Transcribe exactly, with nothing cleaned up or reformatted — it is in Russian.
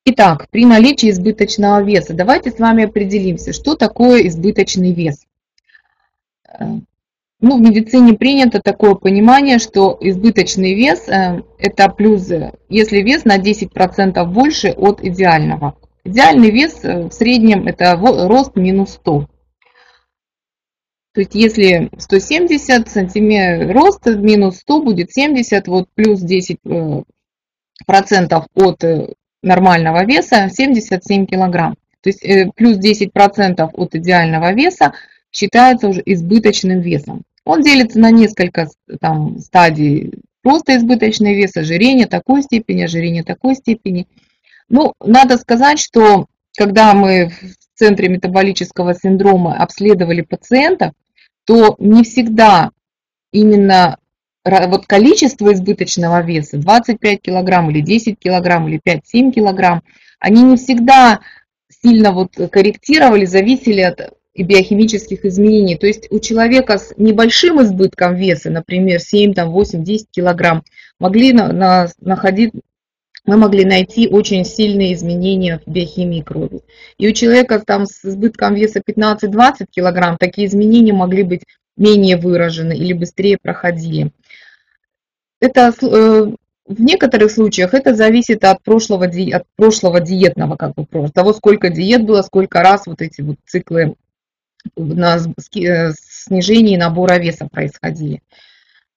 Итак, при наличии избыточного веса давайте с вами определимся, что такое избыточный вес. Э, Ну, в медицине принято такое понимание, что избыточный вес э, это плюс, э, если вес на десять процентов больше от идеального. Идеальный вес э, в среднем это во- рост минус сто. То есть если сто семьдесят сантиметров рост минус сто будет семьдесят, вот плюс десять э, процентов от э, нормального веса семьдесят семь килограмм. То есть э, плюс десять процентов от идеального веса считается уже избыточным весом. Он делится на несколько там, стадий. Просто избыточный вес, ожирение такой степени, ожирение такой степени. Ну, надо сказать, что когда мы в центре метаболического синдрома обследовали пациентов, то не всегда именно вот количество избыточного веса, двадцать пять килограмм или десять килограмм или пять-семь килограмм, они не всегда сильно вот корректировали, зависели от биохимических изменений. То есть у человека с небольшим избытком веса, например, семь, там, восемь, десять килограмм, могли на, на, находить, мы могли найти очень сильные изменения в биохимии крови. И у человека там с избытком веса пятнадцать-двадцать килограмм такие изменения могли быть менее выражены или быстрее проходили. Это э, в некоторых случаях это зависит от прошлого, от прошлого диетного, как бы, от того, сколько диет было, сколько раз вот эти вот циклы на снижении набора веса происходили.